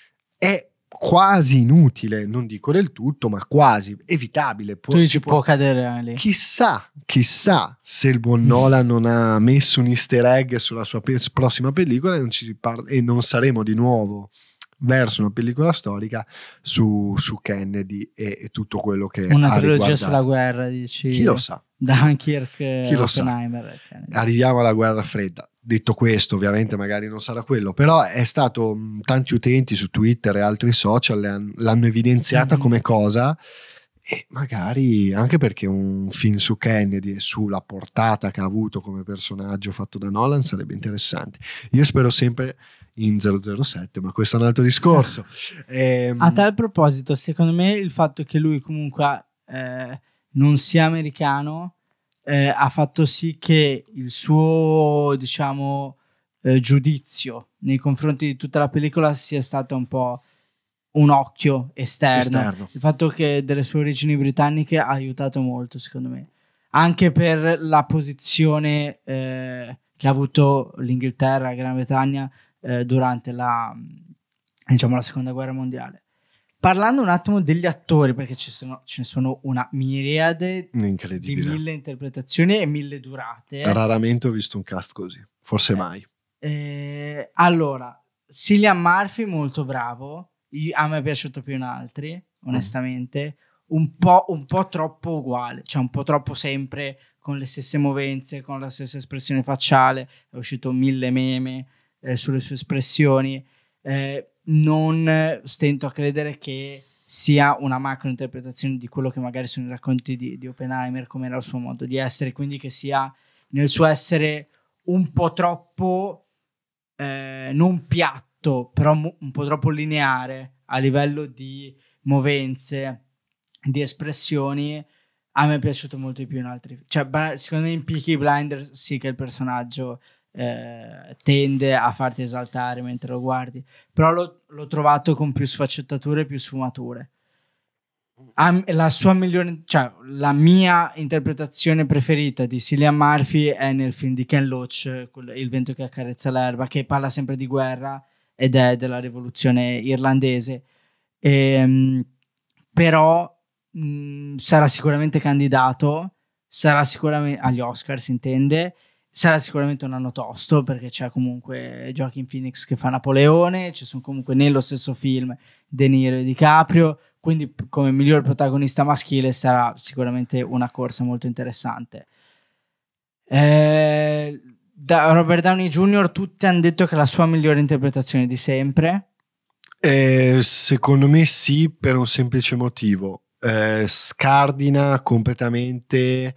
è quasi inutile, non dico del tutto, ma quasi evitabile. Può, tu dici può, può cadere lì. Chissà, chissà se il buon Nolan non ha messo un easter egg sulla sua pe- prossima pellicola e non, ci parla, e non saremo di nuovo verso una pellicola storica su, su Kennedy e, e tutto quello che una ha trilogia riguardato. Sulla guerra, dici? Chi lo sa? Dunkirk, Chi lo Oppenheimer, sa? Arriviamo alla guerra fredda. Detto questo, ovviamente magari non sarà quello, però è stato, mh, tanti utenti su Twitter e altri social l'hanno, l'hanno evidenziata mm-hmm. come cosa, e magari anche perché un film su Kennedy e sulla portata che ha avuto come personaggio fatto da Nolan sarebbe interessante. Io spero sempre in zero zero sette, ma questo è un altro discorso. ehm... A tal proposito, secondo me il fatto che lui comunque eh, non sia americano eh, ha fatto sì che il suo, diciamo, eh, giudizio nei confronti di tutta la pellicola sia stato un po' un occhio esterno. esterno. Il fatto che delle sue origini britanniche ha aiutato molto, secondo me, anche per la posizione eh, che ha avuto l'Inghilterra, la Gran Bretagna eh, durante la, diciamo, la seconda guerra mondiale. Parlando un attimo degli attori, perché ci sono, ce ne sono una miriade di mille interpretazioni e mille durate. Raramente ho visto un cast così, forse eh, mai. Eh, allora, Cillian Murphy molto bravo, a me è piaciuto più in altri, onestamente. Mm. un po', un po' troppo uguale, cioè un po' troppo sempre con le stesse movenze, con la stessa espressione facciale. È uscito mille meme eh, sulle sue espressioni. Eh, non stento a credere che sia una macro interpretazione di quello che magari sono i racconti di, di Oppenheimer, come era il suo modo di essere, quindi che sia nel suo essere un po' troppo eh, non piatto, però mo- un po' troppo lineare a livello di movenze, di espressioni. A me è piaciuto molto di più in altri, cioè ba- secondo me in Peaky Blinders sì che il personaggio eh, tende a farti esaltare mentre lo guardi, però l'ho, l'ho trovato con più sfaccettature e più sfumature. Am- la sua migliore, cioè la mia interpretazione preferita di Cillian Murphy è nel film di Ken Loach, quello- Il vento che accarezza l'erba, che parla sempre di guerra ed è della rivoluzione irlandese. Ehm, però mh, sarà sicuramente candidato, sarà sicuramente agli Oscar, si intende, sarà sicuramente un anno tosto perché c'è comunque Joaquin Phoenix che fa Napoleone, ci sono comunque nello stesso film De Niro e DiCaprio, quindi p- come miglior protagonista maschile sarà sicuramente una corsa molto interessante. Eh, da Robert Downey junior tutti hanno detto che è la sua migliore interpretazione di sempre. Eh, secondo me sì, per un semplice motivo. Eh, scardina completamente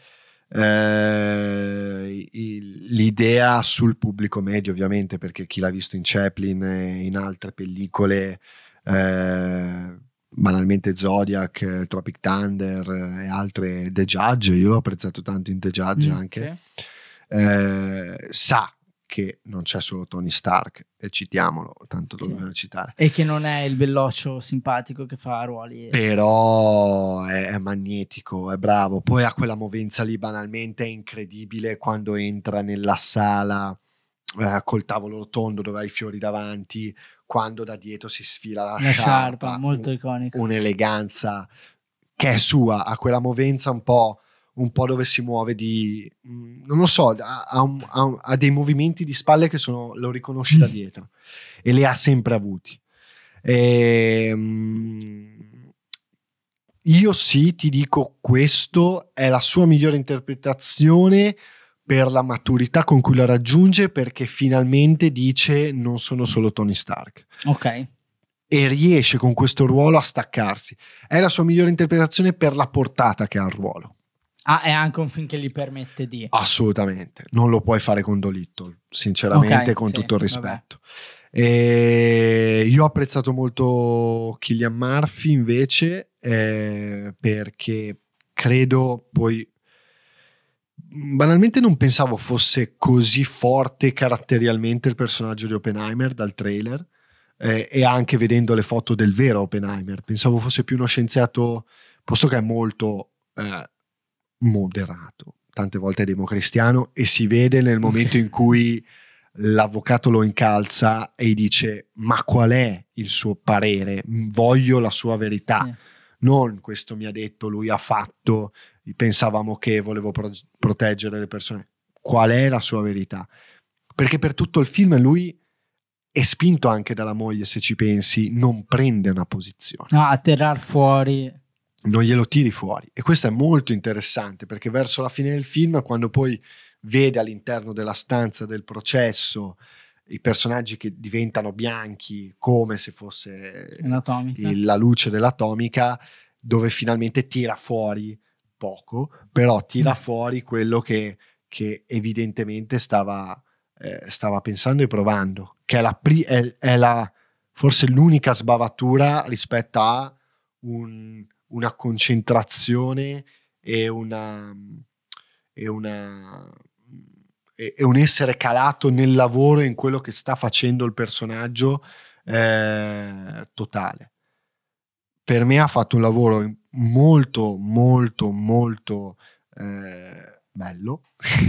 eh, il- l'idea sul pubblico medio, ovviamente, perché chi l'ha visto in Chaplin e in altre pellicole, eh, banalmente Zodiac, eh, Tropic Thunder eh, e altre, The Judge, io l'ho apprezzato tanto in The Judge Mm, anche, sì. eh, sa che non c'è solo Tony Stark, e citiamolo, tanto lo Sì. dobbiamo citare. E che non è il belloccio simpatico che fa ruoli. Però è, è magnetico, è bravo. Poi ha quella movenza lì, banalmente è incredibile quando entra nella sala eh, col tavolo rotondo dove hai i fiori davanti, quando da dietro si sfila la, La sciarpa, sciarpa, molto un- iconico. un'eleganza che è sua, ha quella movenza un po', un po' dove si muove di, mm, non lo so, ha, ha un- ha un- ha dei movimenti di spalle che sono, lo riconosci da dietro e li ha sempre avuti. Ehm, io sì, ti dico, questo è la sua migliore interpretazione per la maturità con cui la raggiunge, perché finalmente dice non sono solo Tony Stark. Ok. E riesce con questo ruolo a staccarsi. È la sua migliore interpretazione per la portata che ha il ruolo. Ah, è anche un film che gli permette di. Assolutamente, non lo puoi fare con Dolittle, sinceramente, Ok, con sì, tutto il vabbè. rispetto. E io ho apprezzato molto Cillian Murphy invece, eh, perché credo poi banalmente non pensavo fosse così forte caratterialmente il personaggio di Oppenheimer dal trailer, eh, e anche vedendo le foto del vero Oppenheimer pensavo fosse più uno scienziato, posto che è molto eh, moderato, tante volte è democristiano, e si vede nel momento in cui l'avvocato lo incalza e gli dice ma qual è il suo parere, voglio la sua verità, Sì. non questo mi ha detto, lui ha fatto, pensavamo che volevo pro- proteggere le persone, qual è la sua verità, perché per tutto il film lui è spinto anche dalla moglie, se ci pensi, non prende una posizione, No, a tirar fuori. non glielo tiri fuori, e questo è molto interessante perché verso la fine del film, quando poi vede all'interno della stanza del processo i personaggi che diventano bianchi come se fosse Anatomica. il- la luce dell'atomica, dove finalmente tira fuori poco, però tira fuori quello che, che evidentemente stava, eh, stava pensando e provando, che è, la pri- è, è la, forse l'unica sbavatura rispetto a un- una concentrazione e una, e una e, e un essere calato nel lavoro e in quello che sta facendo il personaggio, eh, totale. Per me ha fatto un lavoro molto molto molto eh, bello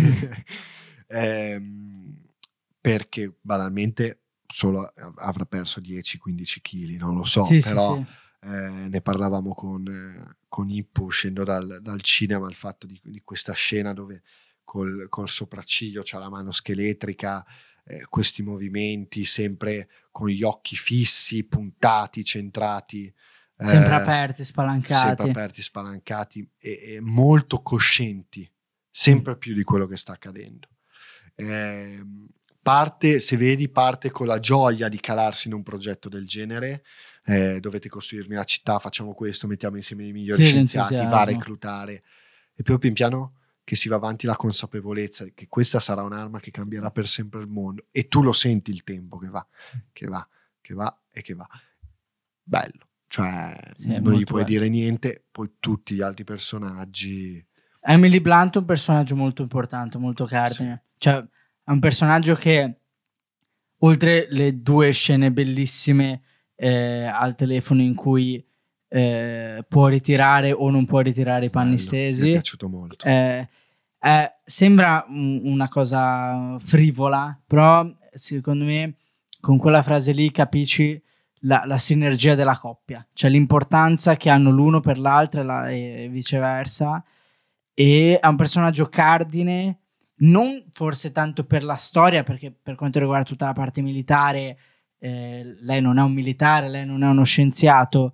Ehm, perché banalmente solo avrà perso dieci quindici kg, non lo so, Sì, sì, però sì. eh, ne parlavamo con, eh, con Ippo uscendo dal, dal cinema, il fatto di, di questa scena dove col, col sopracciglio c'ha la mano scheletrica, eh, questi movimenti sempre con gli occhi fissi, puntati, centrati sempre eh, aperti, spalancati. Sempre aperti, spalancati e, e molto coscienti, sempre mm. più di quello che sta accadendo. Eh, parte, se vedi, parte con la gioia di calarsi in un progetto del genere. Eh, dovete costruirmi la città, facciamo questo, mettiamo insieme i migliori sì, scienziati, va a reclutare. E poi pian piano che si va avanti la consapevolezza che questa sarà un'arma che cambierà per sempre il mondo. E tu lo senti il tempo che va, che va, che va e che va. Bello. Cioè, sì, non gli puoi bello. dire niente, poi tutti gli altri personaggi. Emily Blunt è un personaggio molto importante, molto cardine. Sì. Cioè, è un personaggio che, oltre le due scene bellissime eh, al telefono in cui eh, può ritirare o non può ritirare i panni bello, stesi, mi è piaciuto molto. Eh, eh, sembra un, una cosa frivola, però secondo me con quella frase lì capisci La, la sinergia della coppia, cioè l'importanza che hanno l'uno per l'altra e, la, e viceversa. E è un personaggio cardine, non forse tanto per la storia, perché per quanto riguarda tutta la parte militare eh, lei non è un militare, lei non è uno scienziato,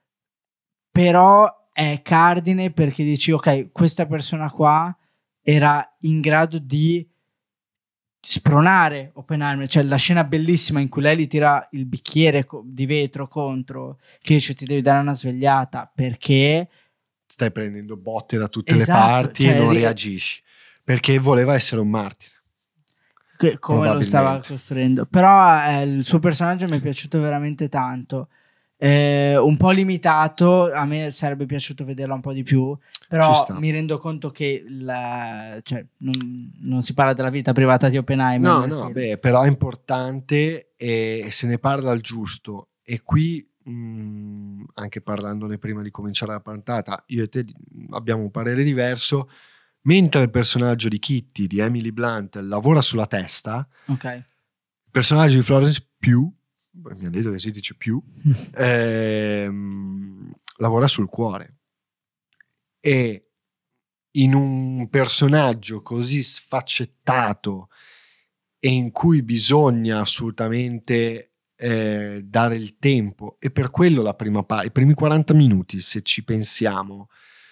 però è cardine perché dici ok, questa persona qua era in grado di spronare Oppenheimer, cioè la scena bellissima in cui lei gli tira il bicchiere di vetro contro, che dice ti devi dare una svegliata perché stai prendendo botte da tutte esatto, le parti cioè, e non reagisci perché voleva essere un martire, che, come lo stava costruendo. Però eh, il suo personaggio mi è piaciuto veramente tanto. Eh, un po' limitato, a me sarebbe piaciuto vederla un po' di più, però mi rendo conto che la, cioè, non, non si parla della vita privata di Oppenheimer. No, no, beh, però è importante e se ne parla al giusto. E qui, mh, anche parlandone prima di cominciare la puntata, io e te abbiamo un parere diverso. Mentre il personaggio di Kitty, di Emily Blunt, lavora sulla testa, okay. Il personaggio di Florence Pugh, mi hanno detto che si dice più, ehm, lavora sul cuore. E in un personaggio così sfaccettato e in cui bisogna assolutamente eh, dare il tempo, e per quello la prima parte, i primi quaranta minuti, se ci pensiamo,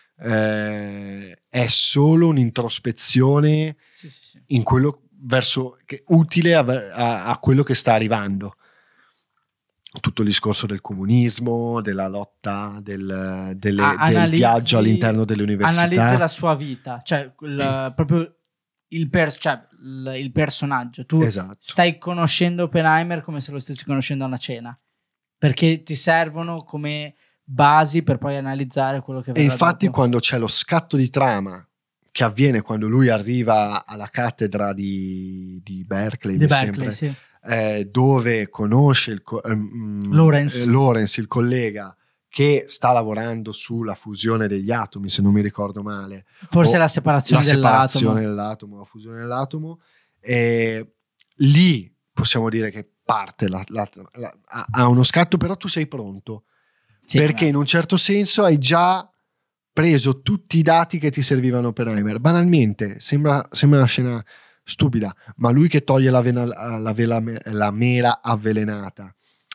eh, è solo un'introspezione sì, sì, sì. in quello verso che, utile a, a, a quello che sta arrivando. Tutto il discorso del comunismo, della lotta, del, delle, ah, del analizzi, viaggio all'interno delle università. Analizza la sua vita, cioè il, proprio il, per, cioè, il, il personaggio. Tu esatto. stai conoscendo Oppenheimer come se lo stessi conoscendo a una cena, perché ti servono come basi per poi analizzare quello che verrà. E infatti dopo. Quando c'è lo scatto di trama che avviene quando lui arriva alla cattedra di, di Berkeley, di mi Berkeley, sembra, sì. eh, dove conosce il, um, Lawrence. Eh, Lawrence, il collega che sta lavorando sulla fusione degli atomi, se non mi ricordo male. Forse la separazione, la dell'atomo. separazione dell'atomo, la fusione dell'atomo. E lì possiamo dire che parte, la, la, la, ha uno scatto, però tu sei pronto. Sì, perché beh. in un certo senso hai già preso tutti i dati che ti servivano per Oppenheimer. Banalmente, sembra, sembra una scena stupida, ma lui che toglie la, vena, la, vela, la mela avvelenata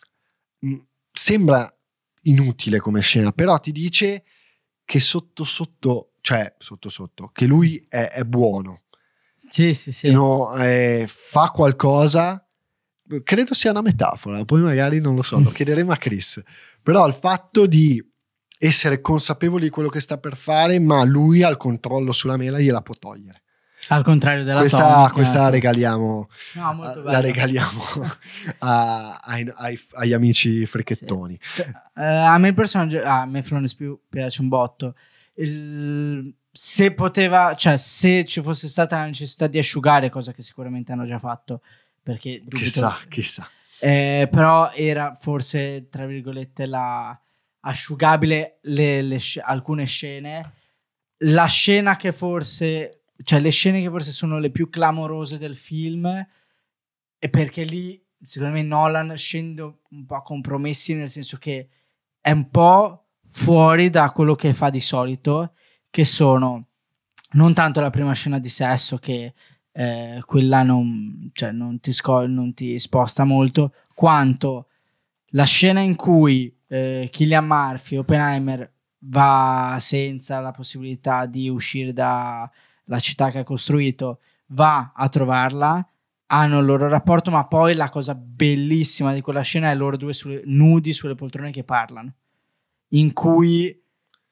sembra inutile come scena, però ti dice che sotto sotto, cioè sotto sotto, che lui è, è buono. Sì, sì, sì. No, eh, fa qualcosa, credo sia una metafora, poi magari non lo so, lo chiederemo a Chris, però il fatto di essere consapevoli di quello che sta per fare, ma lui ha il controllo sulla mela, gliela può togliere. Al contrario della questa, Tommy, questa la regaliamo, no, molto la regaliamo a, ai, ai, agli amici fricchettoni. Sì. Uh, a me il personaggio, ah, a me Florence Pugh piace un botto. Il, se poteva, cioè se ci fosse stata la necessità di asciugare, cosa che sicuramente hanno già fatto, perché dubito, chissà, chissà. Eh, però era forse tra virgolette la asciugabile le, le, alcune scene. La scena che forse cioè le scene che forse sono le più clamorose del film, è perché lì secondo me Nolan scende un po' a compromessi, nel senso che è un po' fuori da quello che fa di solito, che sono non tanto la prima scena di sesso, che eh, quella non, cioè non, ti sco- non ti sposta molto, quanto la scena in cui eh, Cillian Murphy, Oppenheimer, va senza la possibilità di uscire dalla città che ha costruito, va a trovarla, hanno il loro rapporto, ma poi la cosa bellissima di quella scena è loro due sulle, nudi sulle poltrone che parlano, in cui eh,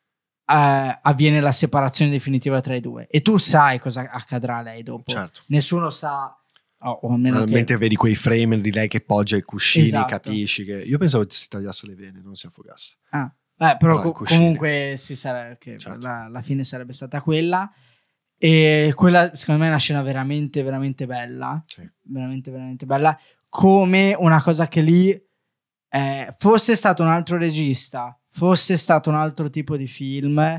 avviene la separazione definitiva tra i due, e tu sai cosa accadrà a lei dopo. Certo. Nessuno sa. Oh, o almeno che... Mentre vedi quei frame di lei che poggia i cuscini, esatto. Capisci che io pensavo che si tagliasse le vene, non si affogasse. Ah. Eh, però, però co- comunque si sarà, che certo. la, la fine sarebbe stata quella, e quella secondo me è una scena veramente veramente bella, sì. veramente veramente bella, come una cosa che lì eh, fosse stato un altro regista, fosse stato un altro tipo di film,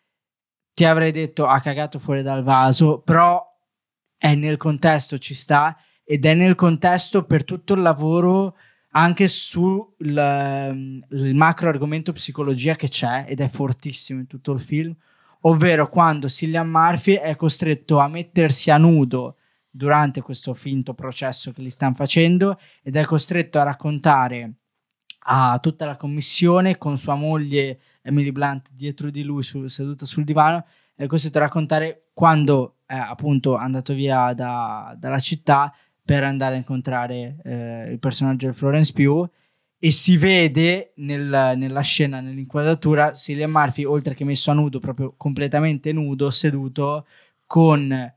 ti avrei detto ha cagato fuori dal vaso, però è nel contesto, ci sta, ed è nel contesto per tutto il lavoro anche sul il macro argomento psicologia che c'è, ed è fortissimo in tutto il film, ovvero quando Cillian Murphy è costretto a mettersi a nudo durante questo finto processo che gli stanno facendo, ed è costretto a raccontare a tutta la commissione, con sua moglie Emily Blunt dietro di lui su, seduta sul divano, è costretto a raccontare quando è appunto andato via da, dalla città per andare a incontrare eh, il personaggio di Florence Pugh, e si vede nel, nella scena, nell'inquadratura, Cillian Murphy, oltre che messo a nudo, proprio completamente nudo, seduto con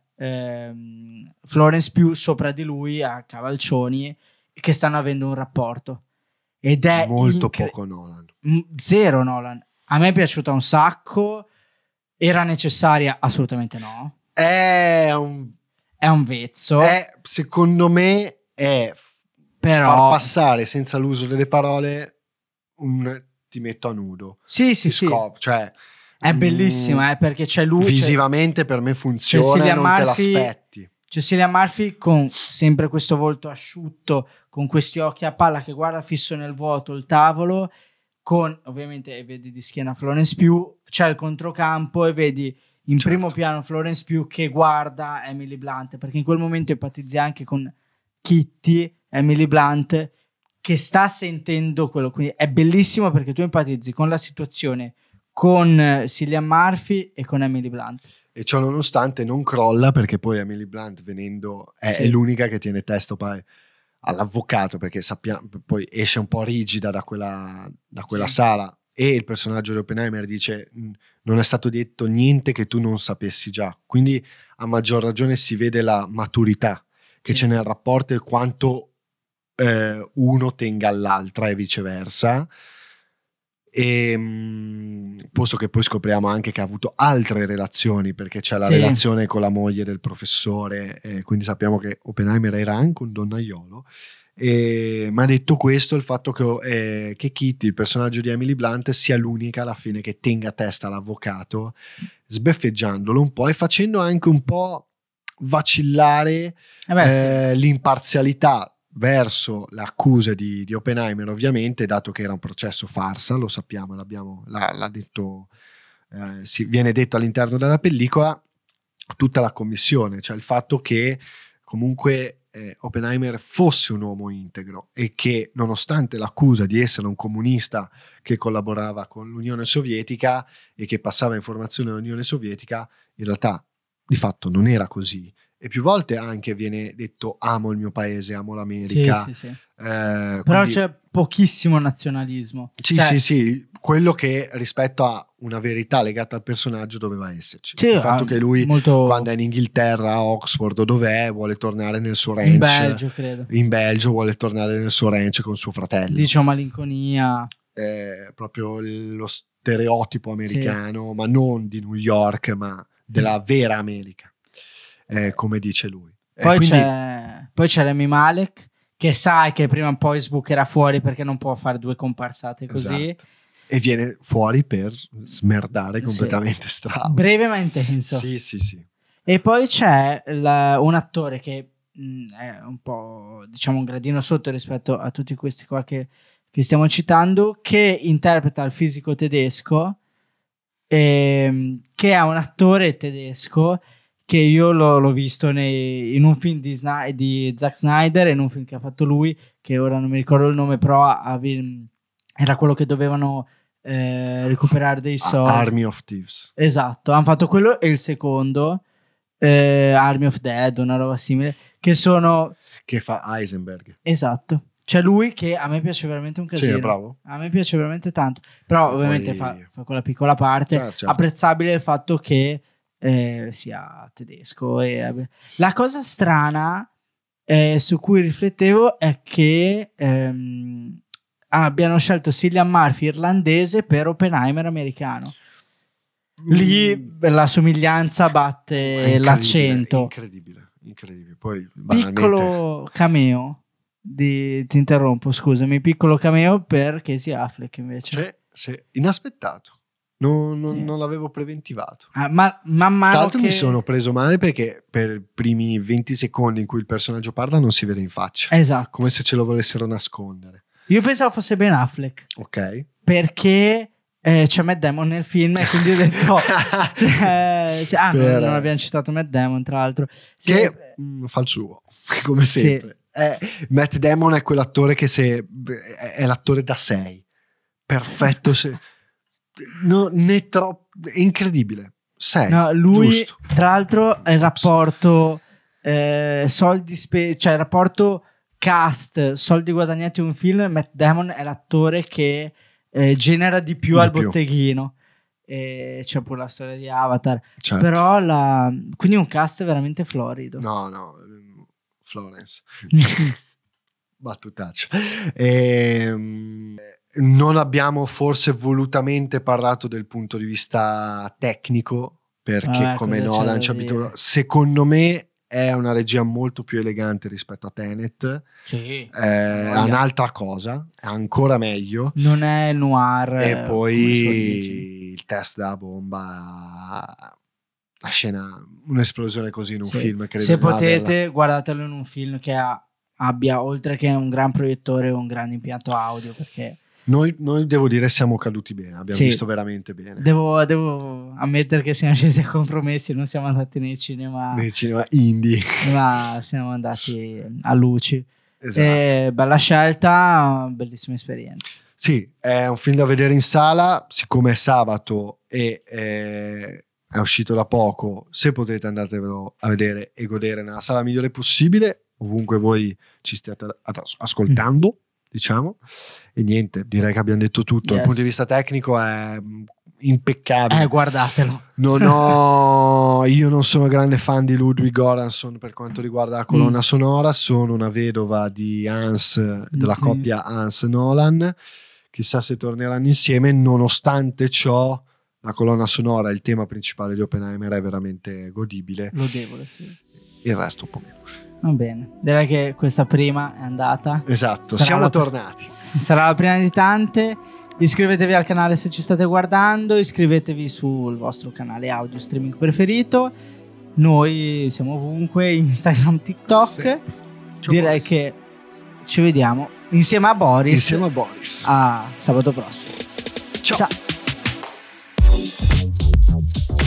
ehm, Florence Pugh sopra di lui a cavalcioni, che stanno avendo un rapporto, ed è molto incre- poco Nolan. Zero Nolan. A me è piaciuta un sacco. Era necessaria? Assolutamente no. È un È un vezzo. È, secondo me è però far passare senza l'uso delle parole un ti metto a nudo. Sì, sì, sì. Scop- cioè, è bellissima, eh, perché c'è lui. Visivamente per me funziona, non Murphy, te l'aspetti. C'è Cillian Murphy con sempre questo volto asciutto, con questi occhi a palla che guarda fisso nel vuoto il tavolo, con ovviamente vedi di schiena Florence Pugh, c'è il controcampo e vedi in certo. primo piano Florence Pugh che guarda Emily Blunt, perché in quel momento empatizzi anche con Kitty, Emily Blunt, che sta sentendo quello, quindi è bellissimo perché tu empatizzi con la situazione, con Cillian Murphy e con Emily Blunt. E ciò nonostante non crolla, perché poi Emily Blunt venendo è, sì. è l'unica che tiene testa poi all'avvocato, perché sappiamo poi esce un po' rigida da quella, da quella sì. sala, e il personaggio di Oppenheimer dice non è stato detto niente che tu non sapessi già, quindi a maggior ragione si vede la maturità che sì. c'è nel rapporto e quanto eh, uno tenga all'altra e viceversa, e mh, posto che poi scopriamo anche che ha avuto altre relazioni, perché c'è la sì. relazione con la moglie del professore, e quindi sappiamo che Oppenheimer era anche un donnaiolo. E, ma detto questo, il fatto che, eh, che Kitty, il personaggio di Emily Blunt, sia l'unica alla fine che tenga testa all'avvocato, sbeffeggiandolo un po' e facendo anche un po' vacillare eh beh, eh, sì. l'imparzialità verso l'accusa di, di Oppenheimer, ovviamente, dato che era un processo farsa, lo sappiamo, l'abbiamo, l'ha, l'ha detto, eh, si, viene detto all'interno della pellicola, tutta la commissione, cioè il fatto che comunque Eh, Oppenheimer fosse un uomo integro e che, nonostante l'accusa di essere un comunista che collaborava con l'Unione Sovietica e che passava informazioni all'Unione Sovietica, in realtà di fatto non era così, e più volte anche viene detto amo il mio paese, amo l'America. Sì, sì, sì. Eh, però quindi, c'è pochissimo nazionalismo, sì, cioè, sì, sì, quello che rispetto a una verità legata al personaggio doveva esserci, sì, il fatto che lui molto... quando è in Inghilterra, a Oxford o dov'è, vuole tornare nel suo ranch, in Belgio credo in Belgio vuole tornare nel suo ranch con suo fratello, dice malinconia, è proprio lo stereotipo americano, sì. ma non di New York, ma della vera America, eh, come dice lui. Poi, quindi... c'è, poi c'è Rami Malek, che sai che prima o poi sbucherà fuori perché non può fare due comparsate così. Esatto. E viene fuori per smerdare completamente sì. Strauss. Breve ma intenso. Sì, sì, sì. E poi c'è la, un attore che mh, è un po', diciamo, un gradino sotto rispetto a tutti questi qua che, che stiamo citando, che interpreta il fisico tedesco, ehm, che è un attore tedesco che io l'ho, l'ho visto nei, in un film di, Sny, di Zack Snyder, in un film che ha fatto lui, che ora non mi ricordo il nome, però ha, era quello che dovevano eh, recuperare dei soldi. Army of Thieves. Esatto, hanno fatto quello e il secondo, eh, Army of Dead, una roba simile, che sono... Che fa Heisenberg. Esatto. C'è lui che a me piace veramente un casino. Sì, è bravo. A me piace veramente tanto. Però E ovviamente poi... fa, fa quella piccola parte. Certo, certo. Apprezzabile il fatto che eh, sia tedesco. E... La cosa strana eh, su cui riflettevo è che ehm, abbiano scelto Cillian Murphy irlandese per Oppenheimer americano. Lì Mm. la somiglianza batte Incredibile, l'accento. Incredibile, incredibile. Poi, banalmente... Piccolo cameo. Di, ti interrompo, scusami, piccolo cameo per Casey Affleck invece. Sì, sì. Inaspettato. Non, non, Sì. non l'avevo preventivato. Ah, ma man Tra mano l'altro che... mi sono preso male perché per i primi venti secondi in cui il personaggio parla non si vede in faccia. Esatto. Come se ce lo volessero nascondere. Io pensavo fosse Ben Affleck. Ok. Perché eh, c'è Matt Damon nel film e quindi ho detto... cioè, cioè, ah, Per- non, non abbiamo citato Matt Damon tra l'altro. Sì, Che mm, fa il suo, come Sì. sempre. Eh, Matt Damon è quell'attore che se è, è l'attore da sei. Perfetto. Se, no, né troppo... È incredibile. sei. No, lui, Giusto. tra l'altro, il rapporto eh, soldi spe- cioè il rapporto cast, soldi guadagnati in un film, Matt Damon è l'attore che eh, genera di più Di al più. botteghino. E c'è pure la storia di Avatar. Certo. Però la... quindi un cast veramente florido. No, no. Florence. Battutaccia. Ehm, non abbiamo forse volutamente parlato del punto di vista tecnico, perché Ah, come cosa c'è Nolan da ci abitua- dire? secondo me è una regia molto più elegante rispetto a Tenet. Sì. Eh, è un'altra cosa, è ancora meglio. Non è noir. E eh, poi come si dice. il test della bomba, la scena, un'esplosione così in un Sì. film. Credo Se di non averla. potete, guardatelo in un film che ha- abbia, oltre che un gran proiettore, un grande impianto audio, perché Noi, noi devo dire siamo caduti bene, abbiamo Sì. visto veramente bene. devo, devo ammettere che siamo scesi a compromessi, non siamo andati nei cinema, Nei cinema indie. ma siamo andati a luci. Esatto. E bella scelta, bellissima esperienza. Sì, è un film da vedere in sala, siccome è sabato e eh, è uscito da poco, se potete andatevelo a vedere e godere nella sala migliore possibile, ovunque voi ci stiate at- ascoltando, diciamo. E niente, direi che abbiamo detto tutto. Yes. Dal punto di vista tecnico è impeccabile. Eh, guardatelo. Non ho, io non sono grande fan di Ludwig Göransson per quanto riguarda la colonna Mm. sonora, sono una vedova di Hans, della Sì. coppia Hans Nolan, chissà se torneranno insieme. Nonostante ciò, la colonna sonora, il tema principale di Oppenheimer è veramente godibile, Lodevole, sì. il resto un po' meno. Va bene, direi che questa prima è andata. Esatto, Sarà siamo la- tornati. Sarà la prima di tante. Iscrivetevi al canale se ci state guardando, iscrivetevi sul vostro canale audio streaming preferito. Noi siamo ovunque, Instagram, TikTok. Sì. Ciao, Direi Boris. che ci vediamo insieme a Boris Insieme a Boris. a sabato prossimo. Ciao. Ciao.